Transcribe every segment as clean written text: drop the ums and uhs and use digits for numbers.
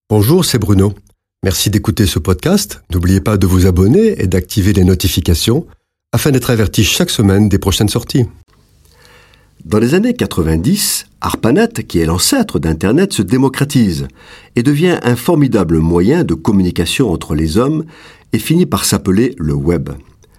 Bonjour, c'est Bruno. Merci d'écouter ce podcast. N'oubliez pas de vous abonner et d'activer les notifications afin d'être averti chaque semaine des prochaines sorties. Dans les années 90, ARPANET, qui est l'ancêtre d'Internet, se démocratise et devient un formidable moyen de communication entre les hommes et finit par s'appeler le web.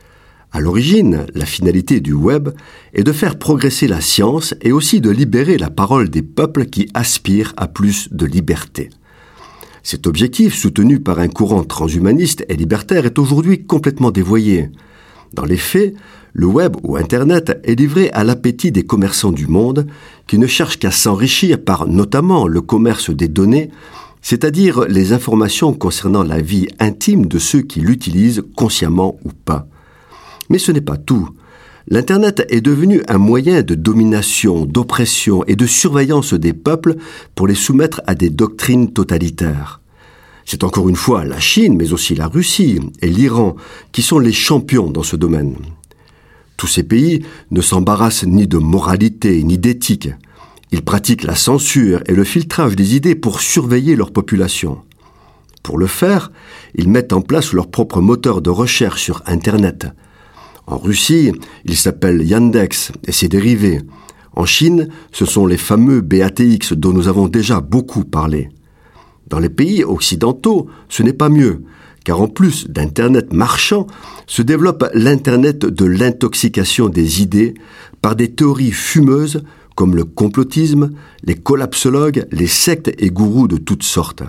À l'origine, la finalité du web est de faire progresser la science et aussi de libérer la parole des peuples qui aspirent à plus de liberté. Cet objectif, soutenu par un courant transhumaniste et libertaire, est aujourd'hui complètement dévoyé. Dans les faits, le web ou Internet est livré à l'appétit des commerçants du monde qui ne cherchent qu'à s'enrichir par notamment le commerce des données, c'est-à-dire les informations concernant la vie intime de ceux qui l'utilisent consciemment ou pas. Mais ce n'est pas tout. L'Internet est devenu un moyen de domination, d'oppression et de surveillance des peuples pour les soumettre à des doctrines totalitaires. C'est encore une fois la Chine, mais aussi la Russie et l'Iran qui sont les champions dans ce domaine. Tous ces pays ne s'embarrassent ni de moralité ni d'éthique. Ils pratiquent la censure et le filtrage des idées pour surveiller leur population. Pour le faire, ils mettent en place leur propre moteur de recherche sur Internet. En Russie, il s'appelle Yandex et ses dérivés. En Chine, ce sont les fameux BATX dont nous avons déjà beaucoup parlé. Dans les pays occidentaux, ce n'est pas mieux, car en plus d'Internet marchand, se développe l'Internet de l'intoxication des idées par des théories fumeuses comme le complotisme, les collapsologues, les sectes et gourous de toutes sortes.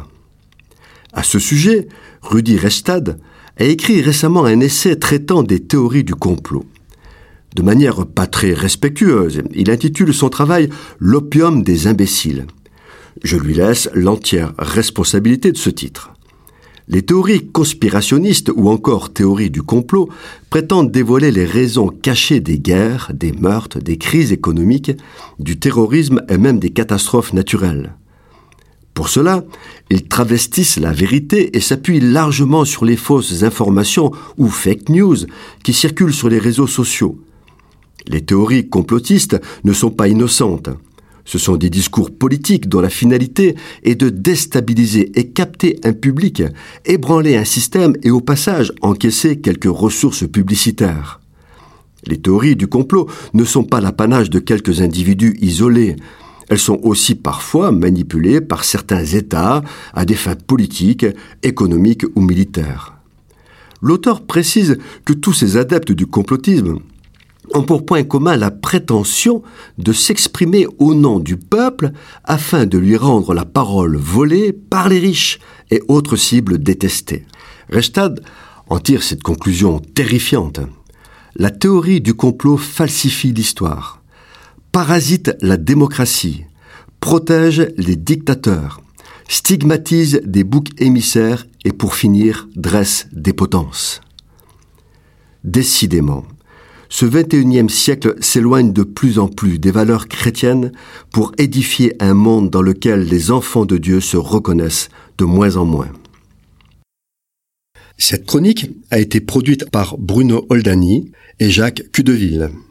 À ce sujet, Rudi Reichstad a écrit récemment un essai traitant des théories du complot. De manière pas très respectueuse, il intitule son travail « L'opium des imbéciles ». Je lui laisse l'entière responsabilité de ce titre. Les théories conspirationnistes ou encore théories du complot prétendent dévoiler les raisons cachées des guerres, des meurtres, des crises économiques, du terrorisme et même des catastrophes naturelles. Pour cela, ils travestissent la vérité et s'appuient largement sur les fausses informations ou fake news qui circulent sur les réseaux sociaux. Les théories complotistes ne sont pas innocentes. Ce sont des discours politiques dont la finalité est de déstabiliser et capter un public, ébranler un système et au passage encaisser quelques ressources publicitaires. Les théories du complot ne sont pas l'apanage de quelques individus isolés. Elles sont aussi parfois manipulées par certains États à des fins politiques, économiques ou militaires. L'auteur précise que tous ces adeptes du complotisme ont pour point commun la prétention de s'exprimer au nom du peuple afin de lui rendre la parole volée par les riches et autres cibles détestées. Reichstad en tire cette conclusion terrifiante. La théorie du complot falsifie l'histoire, parasite la démocratie, protège les dictateurs, stigmatise des boucs émissaires et pour finir dresse des potences. Décidément, ce 21e siècle s'éloigne de plus en plus des valeurs chrétiennes pour édifier un monde dans lequel les enfants de Dieu se reconnaissent de moins en moins. Cette chronique a été produite par Bruno Oldani et Jacques Cudeville.